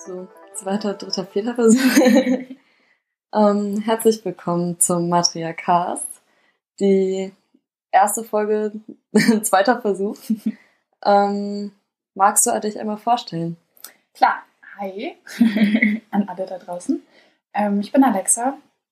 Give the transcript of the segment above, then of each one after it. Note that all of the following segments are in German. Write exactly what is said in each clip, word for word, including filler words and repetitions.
So, zweiter, dritter, vierter Versuch. ähm, herzlich willkommen zum Matriarcast. Die erste Folge, zweiter Versuch. ähm, magst du dich einmal vorstellen? Klar. Hi an alle da draußen. Ähm, ich bin Alexa.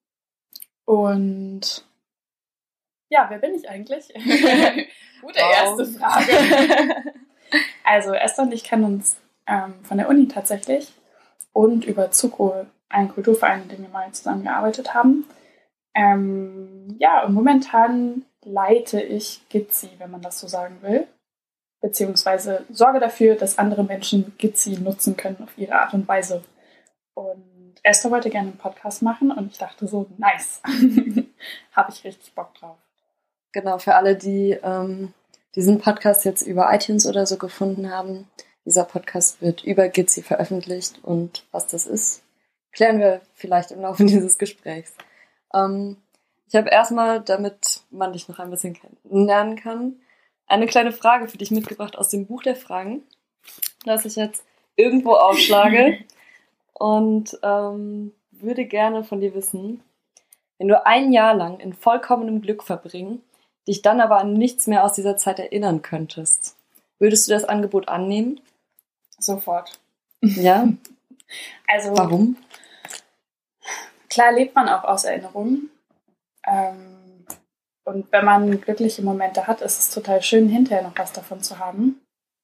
Und ja, wer bin ich eigentlich? Gute Wow. erste Frage. Also Esther und ich kennen uns ähm, von der Uni tatsächlich und über Zuko, einen Kulturverein, in dem wir mal zusammengearbeitet haben. Ähm, ja, und momentan leite ich Gitzi, wenn man das so sagen will. Beziehungsweise sorge dafür, dass andere Menschen Gitzi nutzen können auf ihre Art und Weise. Und Esther wollte gerne einen Podcast machen und ich dachte so, nice. Habe ich richtig Bock drauf. Genau, für alle, die ähm, diesen Podcast jetzt über iTunes oder so gefunden haben, dieser Podcast wird über Gitzi veröffentlicht und was das ist, klären wir vielleicht im Laufe dieses Gesprächs. Ähm, ich habe erstmal, damit man dich noch ein bisschen kennenlernen kann, eine kleine Frage für dich mitgebracht aus dem Buch der Fragen, das ich jetzt irgendwo aufschlage und ähm, würde gerne von dir wissen, wenn du ein Jahr lang in vollkommenem Glück verbringen, dich dann aber an nichts mehr aus dieser Zeit erinnern könntest, würdest du das Angebot annehmen? Sofort. Ja? Also, Warum? Klar lebt man auch aus Erinnerungen. Ähm, und wenn man glückliche Momente hat, ist es total schön, hinterher noch was davon zu haben.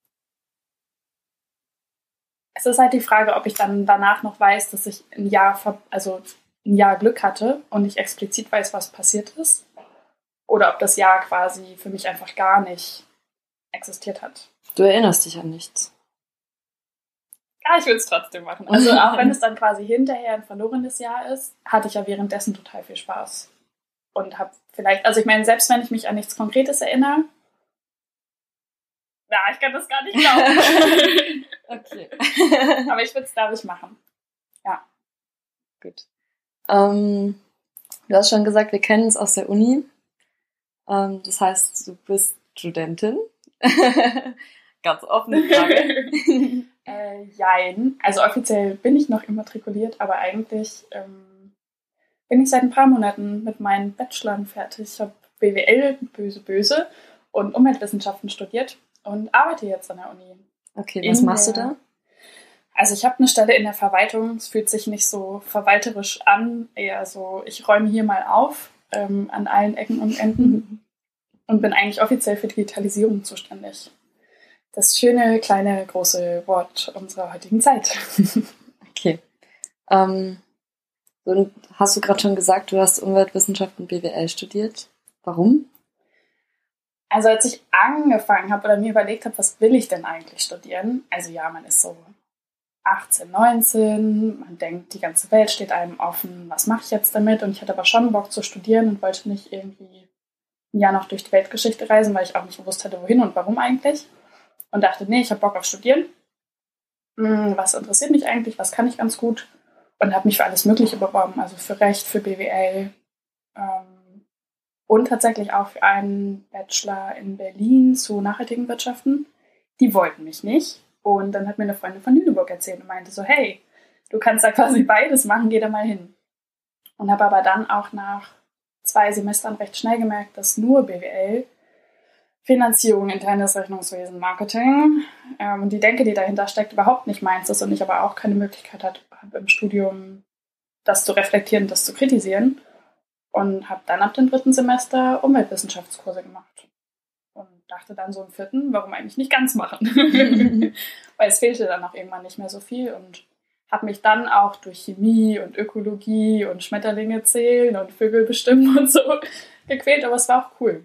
Es ist halt die Frage, ob ich dann danach noch weiß, dass ich ein Jahr, also ein Jahr Glück hatte und nicht explizit weiß, was passiert ist. Oder ob das Jahr quasi für mich einfach gar nicht existiert hat. Du erinnerst dich an nichts. Ja, ich würde es trotzdem machen. Also auch wenn es dann quasi hinterher ein verlorenes Jahr ist, hatte ich ja währenddessen total viel Spaß. Und habe vielleicht, also ich meine, selbst wenn ich mich an nichts Konkretes erinnere, ja, ich kann das gar nicht glauben. Okay. Aber ich würde es, glaube ich, machen. Ja. Gut. Ähm, du hast schon gesagt, wir kennen uns aus der Uni. Ähm, das heißt, du bist Studentin. Ganz offene Frage. äh, jein. Also offiziell bin ich noch immatrikuliert, aber eigentlich ähm, bin ich seit ein paar Monaten mit meinen Bachelorn fertig. Ich habe B W L, böse, böse, und Umweltwissenschaften studiert und arbeite jetzt an der Uni. Okay, was In machst der, du da? Also ich habe eine Stelle in der Verwaltung. Es fühlt sich nicht so verwalterisch an, eher so, ich räume hier mal auf ähm, an allen Ecken und Enden und bin eigentlich offiziell für Digitalisierung zuständig. Das schöne, kleine, große Wort unserer heutigen Zeit. Okay. Ähm, und hast du gerade schon gesagt, du hast Umweltwissenschaften B W L studiert. Warum? Also als ich angefangen habe oder mir überlegt habe, was will ich denn eigentlich studieren? Also ja, man ist so achtzehn, neunzehn, man denkt, die ganze Welt steht einem offen, was mache ich jetzt damit? Und ich hatte aber schon Bock zu studieren und wollte nicht irgendwie ein Jahr noch durch die Weltgeschichte reisen, weil ich auch nicht gewusst hatte, wohin und warum eigentlich. Und dachte, nee, ich habe Bock auf Studieren. Was interessiert mich eigentlich? Was kann ich ganz gut? Und habe mich für alles Mögliche beworben. Also für Recht, für B W L ähm, und tatsächlich auch für einen Bachelor in Berlin zu nachhaltigen Wirtschaften. Die wollten mich nicht. Und dann hat mir eine Freundin von Lüneburg erzählt und meinte so, hey, du kannst da quasi beides machen, geh da mal hin. Und habe aber dann auch nach zwei Semestern recht schnell gemerkt, dass nur B W L Finanzierung, internes Rechnungswesen, Marketing ähm, und die Denke, die dahinter steckt, überhaupt nicht meins ist und ich aber auch keine Möglichkeit habe im Studium, das zu reflektieren, das zu kritisieren. Und habe dann ab dem dritten Semester Umweltwissenschaftskurse gemacht. Und dachte dann so im vierten, warum eigentlich nicht ganz machen? Weil es fehlte dann auch irgendwann nicht mehr so viel und habe mich dann auch durch Chemie und Ökologie und Schmetterlinge zählen und Vögel bestimmen und so gequält, aber es war auch cool.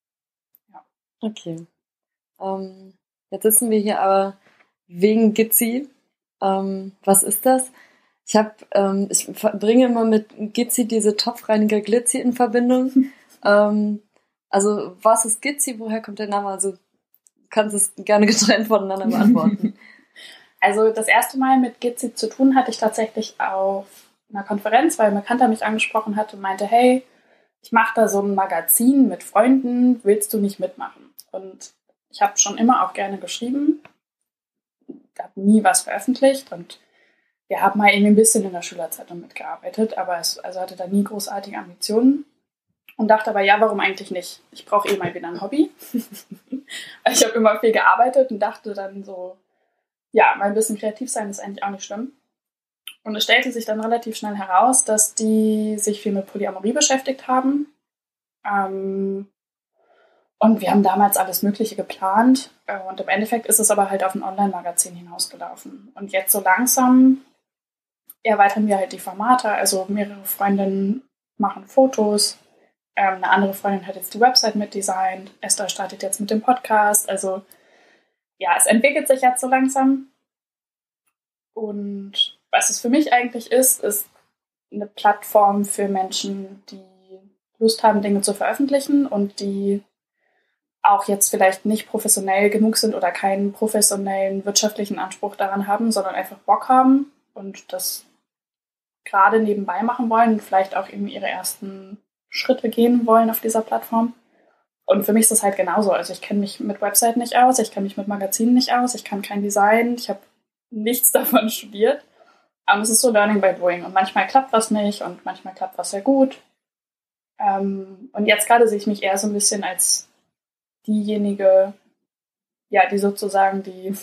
Okay. Ähm, jetzt sitzen wir hier aber wegen Gitzi. Ähm, was ist das? Ich habe, ähm, ich bringe immer mit Gitzi diese Topfreiniger Glitzi in Verbindung. ähm, also was ist Gitzi? Woher kommt der Name? Also kannst es gerne getrennt voneinander beantworten. Also das erste Mal mit Gitzi zu tun hatte ich tatsächlich auf einer Konferenz, weil ein Bekannter mich angesprochen hat und meinte, hey, ich mache da so ein Magazin mit Freunden, willst du nicht mitmachen? Und ich habe schon immer auch gerne geschrieben, habe nie was veröffentlicht und wir haben mal irgendwie ein bisschen in der Schülerzeitung mitgearbeitet, aber es also hatte da nie großartige Ambitionen. Und dachte aber, ja, warum eigentlich nicht? Ich brauche eh mal wieder ein Hobby. Ich habe immer viel gearbeitet und dachte dann so, ja, mal ein bisschen kreativ sein ist eigentlich auch nicht schlimm. Und es stellte sich dann relativ schnell heraus, dass die sich viel mit Polyamorie beschäftigt haben. Ähm, und wir haben damals alles Mögliche geplant. Und im Endeffekt ist es aber halt auf ein Online-Magazin hinausgelaufen. Und jetzt so langsam erweitern wir halt die Formate. Also mehrere Freundinnen machen Fotos. Ähm, eine andere Freundin hat jetzt die Website mitdesignt. Esther startet jetzt mit dem Podcast. Also ja, es entwickelt sich jetzt so langsam. Und was es für mich eigentlich ist, ist eine Plattform für Menschen, die Lust haben, Dinge zu veröffentlichen und die auch jetzt vielleicht nicht professionell genug sind oder keinen professionellen wirtschaftlichen Anspruch daran haben, sondern einfach Bock haben und das gerade nebenbei machen wollen und vielleicht auch eben ihre ersten Schritte gehen wollen auf dieser Plattform. Und für mich ist das halt genauso. Also ich kenne mich mit Website nicht aus, ich kenne mich mit Magazinen nicht aus, ich kann kein Design, ich habe nichts davon studiert. Aber es ist so Learning by Doing. Und manchmal klappt was nicht und manchmal klappt was sehr gut. Ähm, und jetzt gerade sehe ich mich eher so ein bisschen als diejenige, ja, die sozusagen die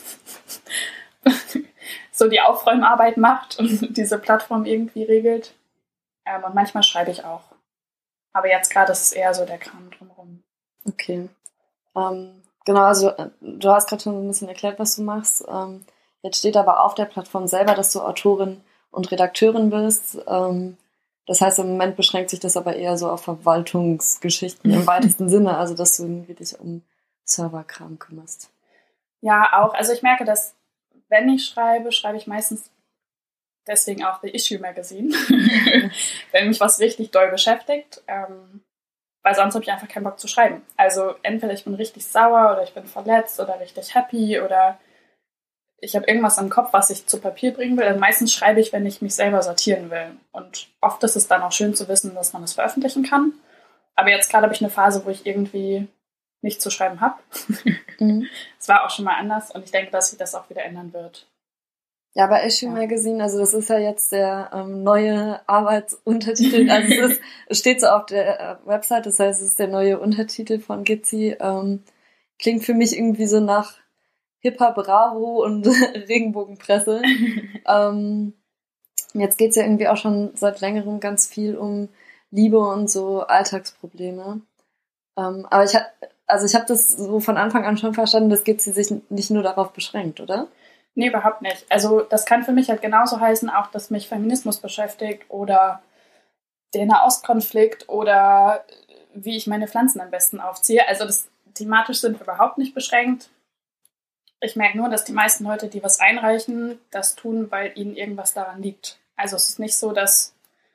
so die Aufräumarbeit macht und diese Plattform irgendwie regelt. Ähm, und manchmal schreibe ich auch. Aber jetzt gerade ist es eher so der Kram drumherum. Okay. Ähm, genau, also du hast gerade schon ein bisschen erklärt, was du machst. Ähm, jetzt steht aber auf der Plattform selber, dass du Autorin und Redakteurin bist. Ähm, das heißt, im Moment beschränkt sich das aber eher so auf Verwaltungsgeschichten im weitesten Sinne, also dass du irgendwie dich um Serverkram kümmerst. Ja, auch. Also ich merke, dass wenn ich schreibe, schreibe ich meistens deswegen auch The Issue Magazine, wenn mich was richtig doll beschäftigt, ähm, weil sonst habe ich einfach keinen Bock zu schreiben. Also entweder ich bin richtig sauer oder ich bin verletzt oder richtig happy oder ich habe irgendwas im Kopf, was ich zu Papier bringen will. Also meistens schreibe ich, wenn ich mich selber sortieren will. Und oft ist es dann auch schön zu wissen, dass man es veröffentlichen kann. Aber jetzt gerade habe ich eine Phase, wo ich irgendwie nichts zu schreiben habe. Mhm. Es war auch schon mal anders und ich denke, dass sich das auch wieder ändern wird. Ja, bei Issue Magazine, also das ist ja jetzt der ähm, neue Arbeitsuntertitel, also es, ist, es steht so auf der äh, Website, das heißt, es ist der neue Untertitel von Gitzi. Ähm, klingt für mich irgendwie so nach Hipper Bravo und Regenbogenpresse. ähm, jetzt geht's ja irgendwie auch schon seit längerem ganz viel um Liebe und so Alltagsprobleme. Ähm, aber ich habe also ich habe das so von Anfang an schon verstanden, dass Gitzi sich nicht nur darauf beschränkt, oder? Nee, überhaupt nicht. Also das kann für mich halt genauso heißen, auch dass mich Feminismus beschäftigt oder der Nahostkonflikt oder wie ich meine Pflanzen am besten aufziehe. Also das thematisch sind wir überhaupt nicht beschränkt. Ich merke nur, dass die meisten Leute, die was einreichen, das tun, weil ihnen irgendwas daran liegt. Also es ist nicht so, dass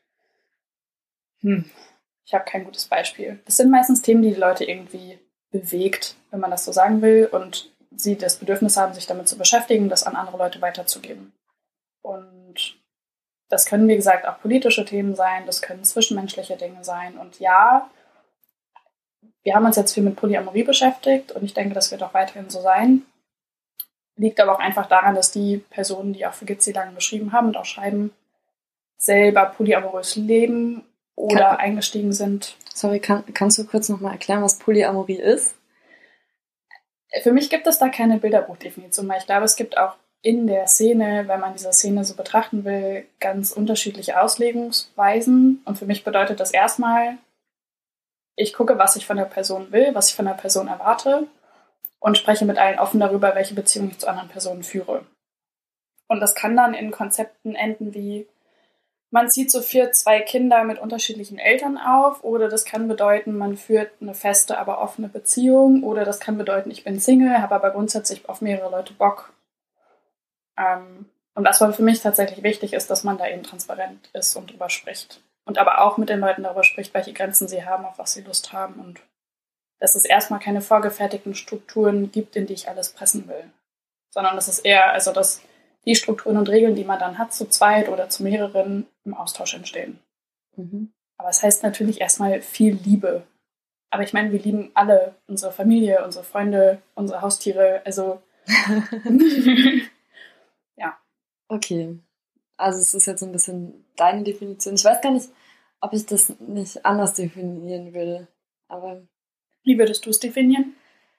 hm, ich habe kein gutes Beispiel. Das sind meistens Themen, die die Leute irgendwie bewegt, wenn man das so sagen will, und sie das Bedürfnis haben, sich damit zu beschäftigen, das an andere Leute weiterzugeben. Und das können, wie gesagt, auch politische Themen sein, das können zwischenmenschliche Dinge sein. Und ja, wir haben uns jetzt viel mit Polyamorie beschäftigt und ich denke, das wird auch weiterhin so sein. Liegt aber auch einfach daran, dass die Personen, die auch für Gitzi lange geschrieben haben und auch schreiben, selber polyamorös leben oder kann, eingestiegen sind. Sorry, kann, kannst du kurz nochmal erklären, was Polyamorie ist? Für mich gibt es da keine Bilderbuchdefinition, weil ich glaube, es gibt auch in der Szene, wenn man diese Szene so betrachten will, ganz unterschiedliche Auslegungsweisen. Und für mich bedeutet das erstmal, ich gucke, was ich von der Person will, was ich von der Person erwarte und spreche mit allen offen darüber, welche Beziehung ich zu anderen Personen führe. Und das kann dann in Konzepten enden wie, man zieht so für zwei Kinder mit unterschiedlichen Eltern auf, oder das kann bedeuten, man führt eine feste, aber offene Beziehung, oder das kann bedeuten, ich bin Single, habe aber grundsätzlich auf mehrere Leute Bock. Ähm, und was für mich tatsächlich wichtig ist, dass man da eben transparent ist und drüber spricht. Und aber auch mit den Leuten darüber spricht, welche Grenzen sie haben, auf was sie Lust haben, und dass es erstmal keine vorgefertigten Strukturen gibt, in die ich alles pressen will. Sondern dass es eher, also dass die Strukturen und Regeln, die man dann hat, zu zweit oder zu mehreren, im Austausch entstehen. Mhm. Aber es heißt natürlich erstmal viel Liebe. Aber ich meine, wir lieben alle unsere Familie, unsere Freunde, unsere Haustiere, also ja. Okay. also es ist jetzt so ein bisschen deine Definition. Ich weiß gar nicht, ob ich das nicht anders definieren würde. Aber wie würdest du es definieren?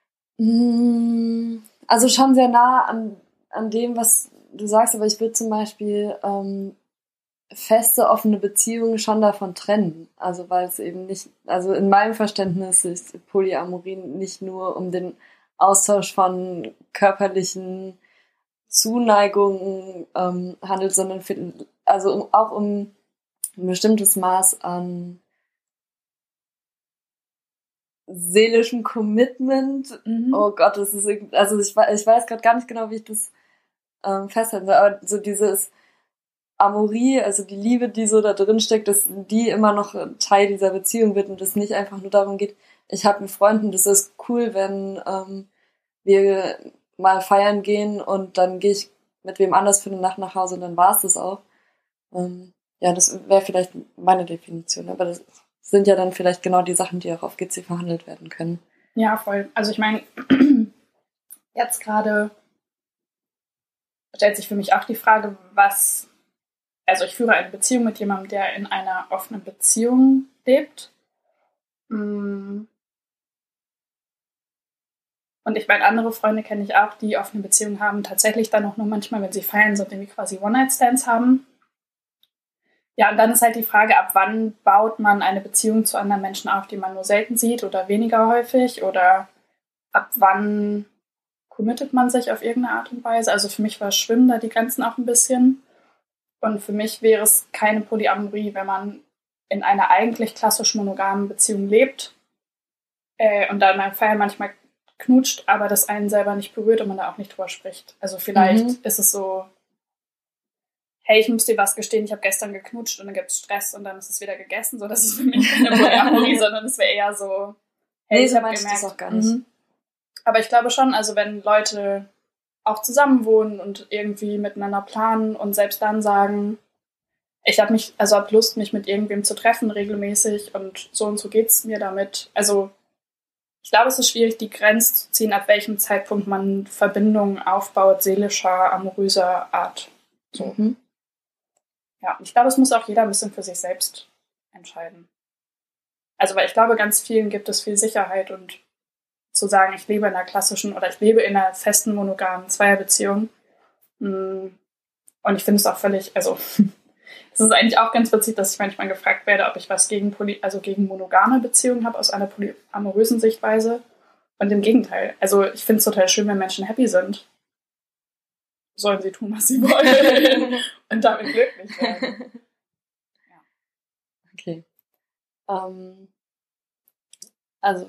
Also schon sehr nah an, an dem, was du sagst, aber ich würde zum Beispiel ähm, feste, offene Beziehungen schon davon trennen. Also weil es eben nicht, also in meinem Verständnis ist Polyamorie nicht nur um den Austausch von körperlichen Zuneigungen ähm, handelt, sondern für, also um, auch um ein bestimmtes Maß an seelischem Commitment. Mhm. Oh Gott, das ist irgendwie, also ich, ich weiß gerade gar nicht genau, wie ich das ähm, festhalten soll, aber so dieses Amorie, also die Liebe, die so da drin steckt, dass die immer noch Teil dieser Beziehung wird und es nicht einfach nur darum geht, ich habe einen Freund und das ist cool, wenn ähm, wir mal feiern gehen und dann gehe ich mit wem anders für eine Nacht nach Hause und dann war es das auch. Ähm, ja, das wäre vielleicht meine Definition, aber das sind ja dann vielleicht genau die Sachen, die auch auf G C verhandelt werden können. Ja, voll. Also ich meine, jetzt gerade stellt sich für mich auch die Frage, was, also ich führe eine Beziehung mit jemandem, der in einer offenen Beziehung lebt. Und ich meine, andere Freunde kenne ich auch, die offene Beziehungen haben, tatsächlich dann auch nur manchmal, wenn sie feiern, sind irgendwie quasi One-Night-Stands haben. Ja, und dann ist halt die Frage, ab wann baut man eine Beziehung zu anderen Menschen auf, die man nur selten sieht oder weniger häufig, oder ab wann committet man sich auf irgendeine Art und Weise. Also für mich verschwimmen da die Grenzen auch ein bisschen. Und für mich wäre es keine Polyamorie, wenn man in einer eigentlich klassisch monogamen Beziehung lebt äh, und dann beim Feiern manchmal knutscht, aber das einen selber nicht berührt und man da auch nicht drüber spricht. Also vielleicht mhm. ist es so, hey, ich muss dir was gestehen, ich habe gestern geknutscht und dann gibt es Stress und dann ist es wieder gegessen. So, das ist für mich keine Polyamorie, sondern es wäre eher so, hey, nee, ich so habe gemerkt. Das auch gar nicht. Mhm. Aber ich glaube schon, also wenn Leute auch zusammen wohnen und irgendwie miteinander planen und selbst dann sagen, ich habe mich, also habe Lust, mich mit irgendwem zu treffen regelmäßig und so und so geht's mir damit. Also ich glaube, es ist schwierig, die Grenze zu ziehen, ab welchem Zeitpunkt man Verbindungen aufbaut, seelischer, amoröser Art. So. Mhm. Ja, ich glaube, es muss auch jeder ein bisschen für sich selbst entscheiden. Also, weil ich glaube, ganz vielen gibt es viel Sicherheit und zu sagen, ich lebe in einer klassischen oder ich lebe in einer festen monogamen Zweierbeziehung. Und ich finde es auch völlig, also es ist eigentlich auch ganz witzig, dass ich manchmal gefragt werde, ob ich was gegen Poly, also gegen monogame Beziehungen habe aus einer polyamorösen Sichtweise. Und im Gegenteil. Also ich finde es total schön, wenn Menschen happy sind. Sollen sie tun, was sie wollen und damit glücklich werden. Ja. Okay. Ähm, also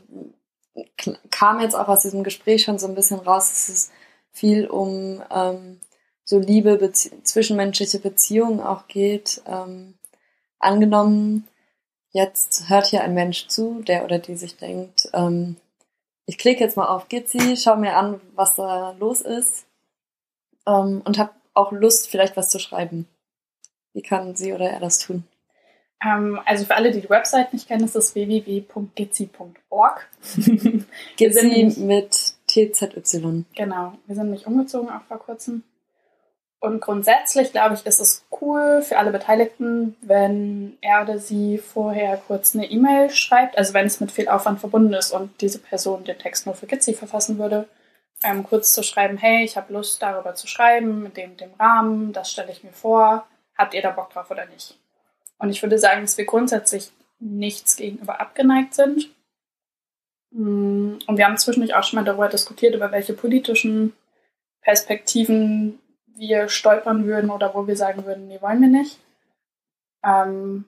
kam jetzt auch aus diesem Gespräch schon so ein bisschen raus, dass es viel um ähm, so Liebe, Bezie- zwischenmenschliche Beziehungen auch geht. Ähm, angenommen, jetzt hört hier ein Mensch zu, der oder die sich denkt, ähm, ich klicke jetzt mal auf Gitzi, schau mir an, was da los ist ähm, und habe auch Lust, vielleicht was zu schreiben. Wie kann sie oder er das tun? Ähm, also für alle, die die Website nicht kennen, ist das w w w punkt gitzi punkt org. Gitzi mit T Z Y. Genau, wir sind nämlich umgezogen auch vor kurzem. Und grundsätzlich, glaube ich, ist es cool für alle Beteiligten, wenn er oder sie vorher kurz eine E-Mail schreibt, also wenn es mit viel Aufwand verbunden ist und diese Person den Text nur für Gitzi verfassen würde, ähm, kurz zu schreiben, hey, ich habe Lust, darüber zu schreiben, in dem, dem Rahmen, das stelle ich mir vor, habt ihr da Bock drauf oder nicht? Und ich würde sagen, dass wir grundsätzlich nichts gegenüber abgeneigt sind. Und wir haben zwischendurch auch schon mal darüber diskutiert, über welche politischen Perspektiven wir stolpern würden oder wo wir sagen würden, nee, wollen wir nicht. Ähm,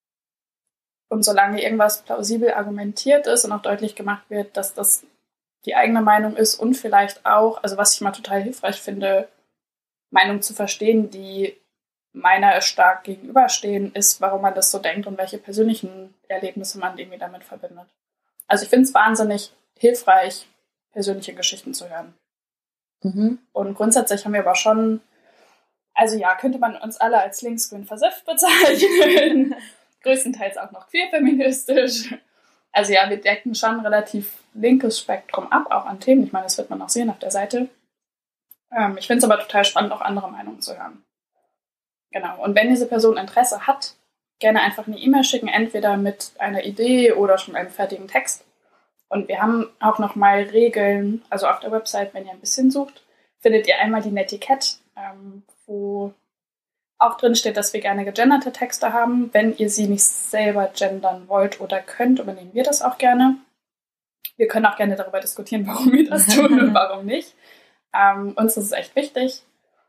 und solange irgendwas plausibel argumentiert ist und auch deutlich gemacht wird, dass das die eigene Meinung ist und vielleicht auch, also was ich mal total hilfreich finde, Meinungen zu verstehen, die meiner stark gegenüberstehen, ist, warum man das so denkt und welche persönlichen Erlebnisse man irgendwie damit verbindet. Also ich finde es wahnsinnig hilfreich, persönliche Geschichten zu hören. Mhm. Und grundsätzlich haben wir aber schon, also ja, könnte man uns alle als linksgrün versifft bezeichnen, größtenteils auch noch queerfeministisch. Also ja, wir decken schon relativ linkes Spektrum ab, auch an Themen. Ich meine, das wird man auch sehen auf der Seite. Ähm, ich finde es aber total spannend, auch andere Meinungen zu hören. Genau. Und wenn diese Person Interesse hat, gerne einfach eine E-Mail schicken, entweder mit einer Idee oder schon einem fertigen Text. Und wir haben auch nochmal Regeln, also auf der Website, wenn ihr ein bisschen sucht, findet ihr einmal die Netiquette, ähm, wo auch drin steht, dass wir gerne gegenderte Texte haben. Wenn ihr sie nicht selber gendern wollt oder könnt, übernehmen wir das auch gerne. Wir können auch gerne darüber diskutieren, warum wir das tun und warum nicht. Ähm, uns ist es echt wichtig.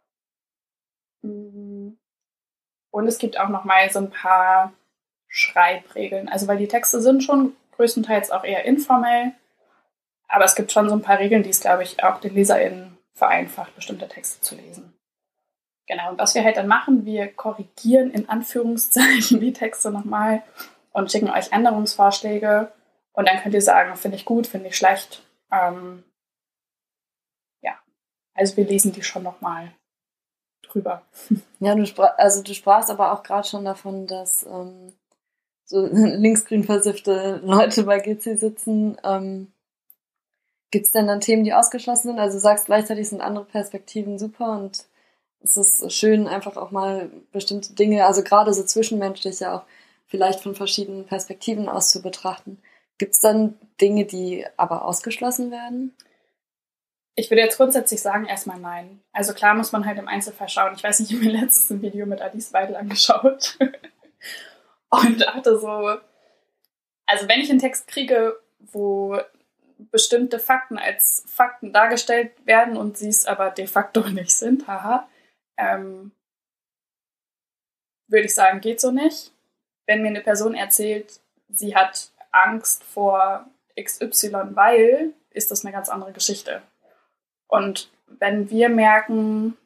Und es gibt auch nochmal so ein paar Schreibregeln. Also weil die Texte sind schon größtenteils auch eher informell, aber es gibt schon so ein paar Regeln, die es, glaube ich, auch den LeserInnen vereinfacht, bestimmte Texte zu lesen. Genau, und was wir halt dann machen, wir korrigieren in Anführungszeichen die Texte nochmal und schicken euch Änderungsvorschläge und dann könnt ihr sagen, finde ich gut, finde ich schlecht. Ähm, ja, also wir lesen die schon nochmal drüber. Ja, du, sprach, also du sprachst aber auch gerade schon davon, dass ähm, so linksgrün versiffte Leute bei G C sitzen. Ähm, Gibt es denn dann Themen, die ausgeschlossen sind? Also du sagst gleichzeitig sind andere Perspektiven super und es ist schön, einfach auch mal bestimmte Dinge, also gerade so zwischenmenschlich ja auch vielleicht von verschiedenen Perspektiven aus zu betrachten. Gibt es dann Dinge, die aber ausgeschlossen werden? Ich würde jetzt grundsätzlich sagen, erstmal nein. Also klar muss man halt im Einzelfall schauen. Ich weiß nicht, ich habe mir letztens ein Video mit Alice Weidel angeschaut und dachte so, also wenn ich einen Text kriege, wo bestimmte Fakten als Fakten dargestellt werden und sie es aber de facto nicht sind, haha, ähm, würde ich sagen, geht so nicht. Wenn mir eine Person erzählt, sie hat Angst vor X Y, weil, ist das eine ganz andere Geschichte. Und wenn wir merken,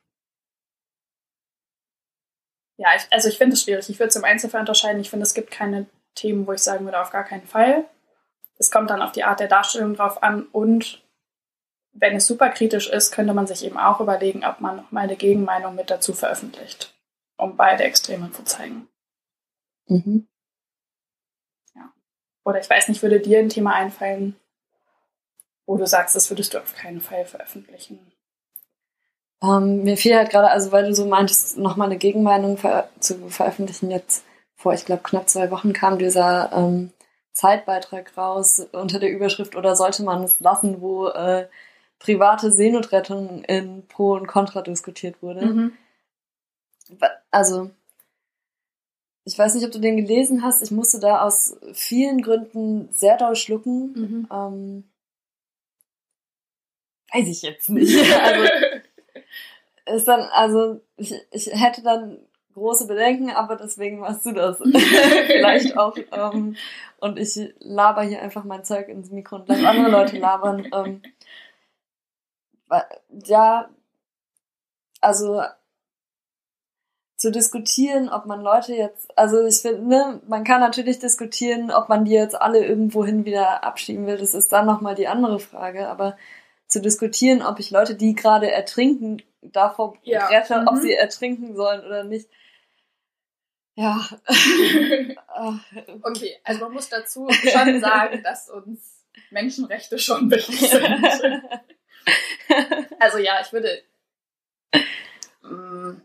ja, ich, also ich finde es schwierig, ich würde es im Einzelfall unterscheiden. Ich finde, es gibt keine Themen, wo ich sagen würde, auf gar keinen Fall. Es kommt dann auf die Art der Darstellung drauf an und wenn es super kritisch ist, könnte man sich eben auch überlegen, ob man noch mal eine Gegenmeinung mit dazu veröffentlicht, um beide Extreme zu zeigen. Mhm. Ja. Oder ich weiß nicht, würde dir ein Thema einfallen, wo du sagst, das würdest du auf keinen Fall veröffentlichen? Ähm, mir fiel halt gerade, also weil du so meintest, nochmal eine Gegenmeinung ver- zu veröffentlichen, jetzt vor, ich glaube, knapp zwei Wochen kam dieser ähm, Zeitbeitrag raus unter der Überschrift oder sollte man es lassen, wo äh, private Seenotrettung in Pro und Contra diskutiert wurde. Mhm. Also, ich weiß nicht, ob du den gelesen hast. Ich musste da aus vielen Gründen sehr doll schlucken. Mhm. Ähm, weiß ich jetzt nicht. Also, ist dann, also, ich, ich hätte dann große Bedenken, aber deswegen machst du das vielleicht auch. Ähm, und ich laber hier einfach mein Zeug ins Mikro und lasse andere Leute labern. Ähm, ja, also zu diskutieren, ob man Leute jetzt, also ich finde, ne, man kann natürlich diskutieren, ob man die jetzt alle irgendwohin wieder abschieben will, das ist dann nochmal die andere Frage, aber zu diskutieren, ob ich Leute, die gerade ertrinken, davor Ja. rette, Mhm. ob sie ertrinken sollen oder nicht. Ja. Okay, also man muss dazu schon sagen, dass uns Menschenrechte schon wichtig sind. Also ja, ich würde... Mm,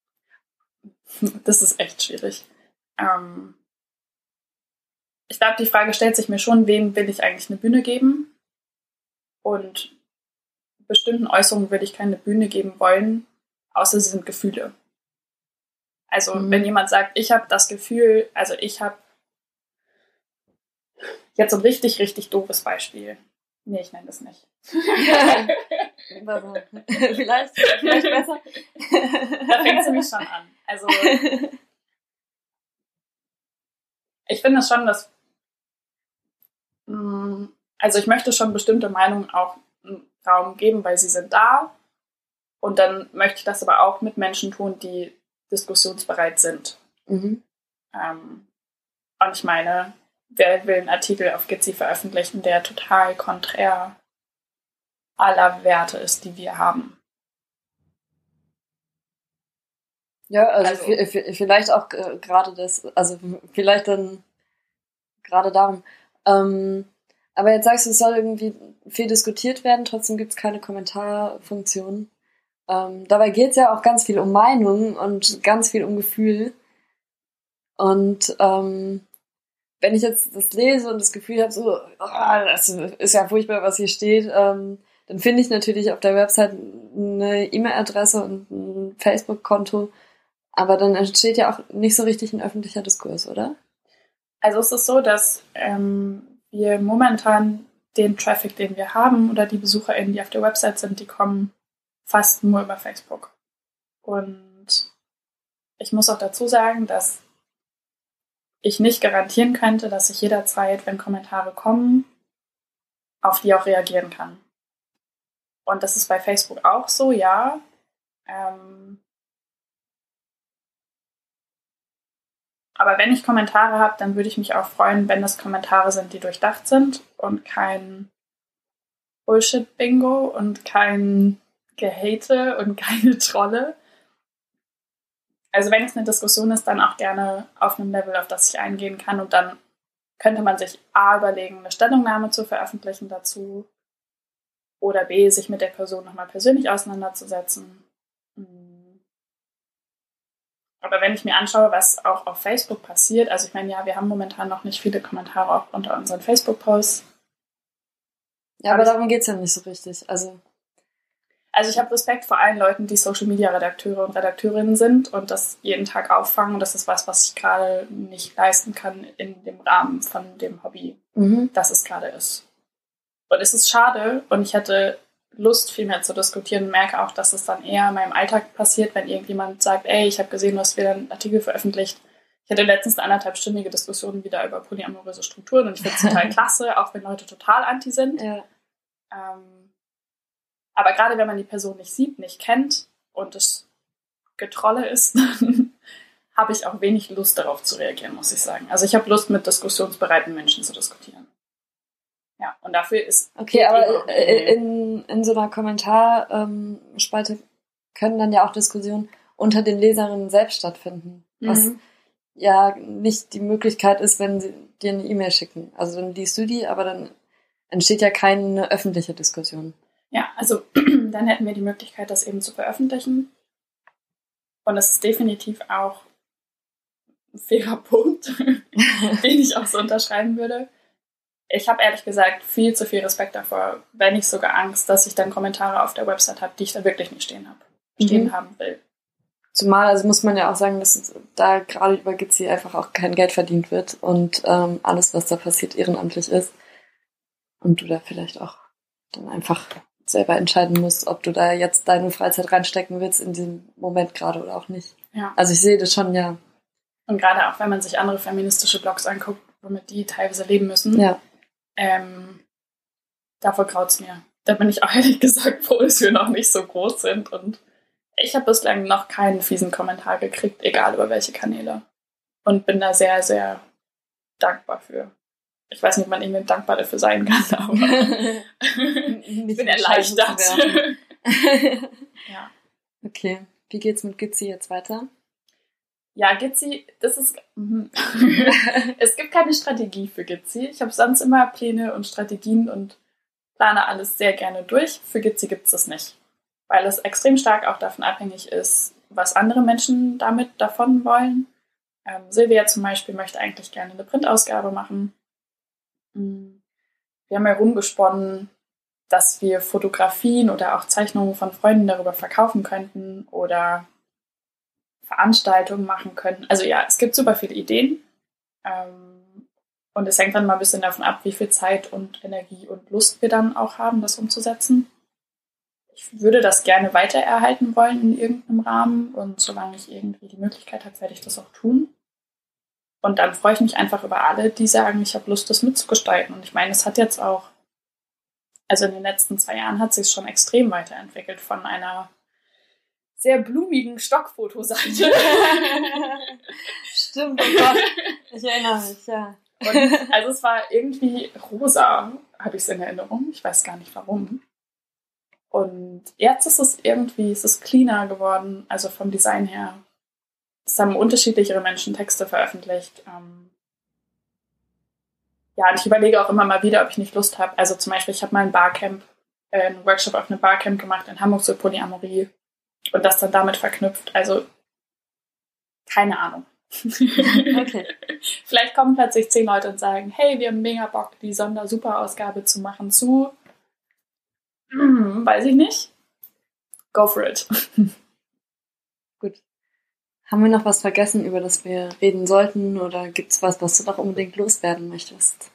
das ist echt schwierig. Ähm, ich glaube, die Frage stellt sich mir schon, wem will ich eigentlich eine Bühne geben? Und bestimmten Äußerungen würde ich keine Bühne geben wollen, außer sie sind Gefühle. Also mhm. wenn jemand sagt, ich habe das Gefühl, also ich habe jetzt so ein richtig, richtig doofes Beispiel. Nee, ich nenne das nicht. vielleicht, vielleicht besser. Da fängt es nämlich schon an. Also ich finde schon, dass also ich möchte schon bestimmte Meinungen auch einen Raum geben, weil sie sind da. Und dann möchte ich das aber auch mit Menschen tun, die diskussionsbereit sind. Mhm. Ähm, und ich meine, wer will einen Artikel auf Gitzi veröffentlichen, der total konträr aller Werte ist, die wir haben? Ja, also, also f- vielleicht auch äh, gerade das, also vielleicht dann gerade darum. Ähm, aber jetzt sagst du, es soll irgendwie viel diskutiert werden, trotzdem gibt es keine Kommentarfunktion. ähm, dabei geht es ja auch ganz viel um Meinung und ganz viel um Gefühl. Und ähm, wenn ich jetzt das lese und das Gefühl habe, so, oh, das ist ja furchtbar, was hier steht, ähm, dann finde ich natürlich auf der Website eine E-Mail-Adresse und ein Facebook-Konto, aber dann entsteht ja auch nicht so richtig ein öffentlicher Diskurs, oder? Also es ist so, dass ähm, wir momentan den Traffic, den wir haben, oder die BesucherInnen, die auf der Website sind, die kommen fast nur über Facebook. Und ich muss auch dazu sagen, dass ich nicht garantieren könnte, dass ich jederzeit, wenn Kommentare kommen, auf die auch reagieren kann. Und das ist bei Facebook auch so, ja. Ähm, aber wenn ich Kommentare habe, dann würde ich mich auch freuen, wenn das Kommentare sind, die durchdacht sind und kein Bullshit-Bingo und kein Gehate und keine Trolle. Also wenn es eine Diskussion ist, dann auch gerne auf einem Level, auf das ich eingehen kann. Und dann könnte man sich A, überlegen, eine Stellungnahme zu veröffentlichen dazu oder B, sich mit der Person nochmal persönlich auseinanderzusetzen. Aber wenn ich mir anschaue, was auch auf Facebook passiert, also ich meine, ja, wir haben momentan noch nicht viele Kommentare auch unter unseren Facebook-Posts. Ja, aber darum geht es ja nicht so richtig. Also, also ich habe Respekt vor allen Leuten, die Social-Media-Redakteure und Redakteurinnen sind und das jeden Tag auffangen. Das ist was, was ich gerade nicht leisten kann in dem Rahmen von dem Hobby, mhm. das es gerade ist. Und es ist schade und ich hätte Lust, viel mehr zu diskutieren und merke auch, dass es dann eher in meinem Alltag passiert, wenn irgendjemand sagt, ey, ich habe gesehen, du hast wieder einen Artikel veröffentlicht. Ich hatte letztens eine anderthalbstündige Diskussion wieder über polyamoröse Strukturen und ich finde es total klasse, auch wenn Leute total anti sind. Ja. Ähm, aber gerade wenn man die Person nicht sieht, nicht kennt und es Getrolle ist, dann habe ich auch wenig Lust darauf zu reagieren, muss ich sagen. Also ich habe Lust, mit diskussionsbereiten Menschen zu diskutieren. Ja, und dafür ist... Okay, aber in, in so einer Kommentarspalte ähm, können dann ja auch Diskussionen unter den Leserinnen selbst stattfinden. Was mhm. ja nicht die Möglichkeit ist, wenn sie dir eine E-Mail schicken. Also dann liest du die, aber dann entsteht ja keine öffentliche Diskussion. Ja, also dann hätten wir die Möglichkeit, das eben zu veröffentlichen. Und das ist definitiv auch ein fairer Punkt, den ich auch so unterschreiben würde. Ich habe ehrlich gesagt viel zu viel Respekt davor, wenn nicht sogar Angst, dass ich dann Kommentare auf der Website habe, die ich da wirklich nicht stehen habe, stehen mhm. haben will. Zumal, also muss man ja auch sagen, dass da gerade über Gitzi einfach auch kein Geld verdient wird und ähm, alles, was da passiert, ehrenamtlich ist. Und du da vielleicht auch dann einfach selber entscheiden musst, ob du da jetzt deine Freizeit reinstecken willst in diesem Moment gerade oder auch nicht. Ja. Also ich sehe das schon, ja. Und gerade auch, wenn man sich andere feministische Blogs anguckt, womit die teilweise leben müssen, ja. ähm, davor graut's mir. Da bin ich auch ehrlich gesagt froh, dass wir noch nicht so groß sind. Und ich habe bislang noch keinen fiesen Kommentar gekriegt, egal über welche Kanäle. Und bin da sehr, sehr dankbar für. Ich weiß nicht, ob man irgendwie dankbar dafür sein kann, aber ich bin erleichtert. Ja. Okay, wie geht's mit Gitzi jetzt weiter? Ja, Gitzi, das ist... es gibt keine Strategie für Gitzi. Ich habe sonst immer Pläne und Strategien und plane alles sehr gerne durch. Für Gitzi gibt es das nicht, weil es extrem stark auch davon abhängig ist, was andere Menschen damit davon wollen. Ähm, Silvia zum Beispiel möchte eigentlich gerne eine Printausgabe machen. Wir haben herumgesponnen, dass wir Fotografien oder auch Zeichnungen von Freunden darüber verkaufen könnten oder Veranstaltungen machen können. Also ja, es gibt super viele Ideen. Ähm, und es hängt dann mal ein bisschen davon ab, wie viel Zeit und Energie und Lust wir dann auch haben, das umzusetzen. Ich würde das gerne weiter erhalten wollen in irgendeinem Rahmen und solange ich irgendwie die Möglichkeit habe, werde ich das auch tun. Und dann freue ich mich einfach über alle, die sagen, ich habe Lust, das mitzugestalten. Und ich meine, es hat jetzt auch, also in den letzten zwei Jahren hat es sich schon extrem weiterentwickelt von einer sehr blumigen Stockfotoseite. Stimmt, oh Gott, ich erinnere mich, ja. Und also es war irgendwie rosa, habe ich es in Erinnerung. Ich weiß gar nicht warum. Und jetzt ist es irgendwie, es ist cleaner geworden, also vom Design her. Es haben unterschiedlichere Menschen Texte veröffentlicht. Ähm ja, und ich überlege auch immer mal wieder, ob ich nicht Lust habe. Also zum Beispiel, ich habe mal ein Barcamp, äh, einen Workshop auf einem Barcamp gemacht in Hamburg zur Polyamorie. und das dann damit verknüpft. Also keine Ahnung. Okay. Vielleicht kommen plötzlich zehn Leute und sagen, hey, wir haben mega Bock, die Sonder-Super-Ausgabe zu machen zu, hm, weiß ich nicht. Go for it. Gut. Haben wir noch was vergessen, über das wir reden sollten? Oder gibt es was, was du noch unbedingt loswerden möchtest?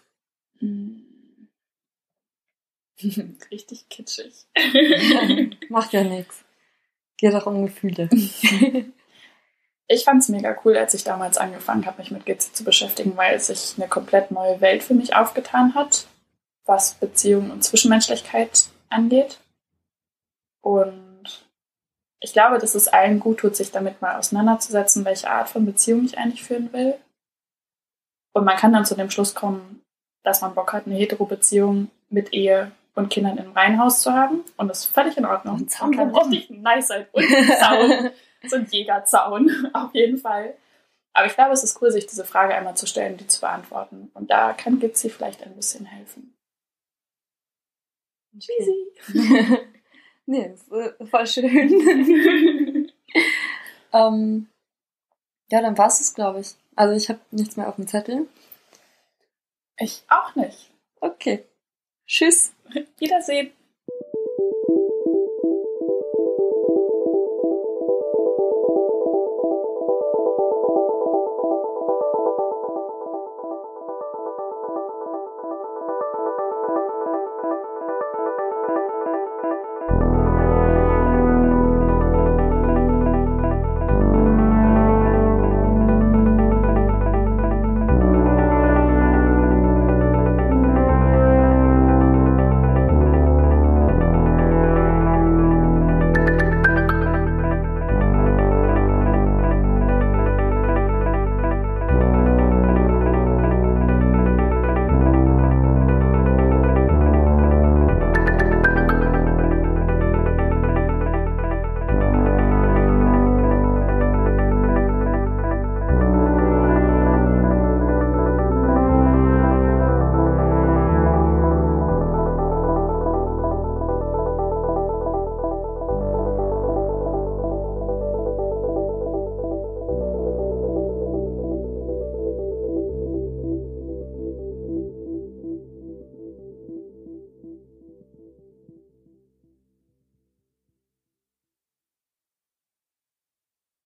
Richtig kitschig. Macht ja nichts. Geht auch um Gefühle. Ich fand es mega cool, als ich damals angefangen habe, mich mit Gitzi zu beschäftigen, weil es sich eine komplett neue Welt für mich aufgetan hat, was Beziehungen und Zwischenmenschlichkeit angeht. Und ich glaube, dass es allen gut tut, sich damit mal auseinanderzusetzen, welche Art von Beziehung ich eigentlich führen will. Und man kann dann zu dem Schluss kommen, dass man Bock hat, eine Hetero-Beziehung mit Ehe und Kindern im Reihenhaus zu haben. Und das ist völlig in Ordnung. Und Zaun kann drumherum. richtig nice sein. Und ein Zaun. So ein Jägerzaun, auf jeden Fall. Aber ich glaube, es ist cool, sich diese Frage einmal zu stellen, die zu beantworten. Und da kann Gitzi vielleicht ein bisschen helfen. Cheesy. Nee, ist äh, voll schön. ähm, ja, dann war es es, glaube ich. Also ich habe nichts mehr auf dem Zettel. Ich auch nicht. Okay. Tschüss. Wiedersehen.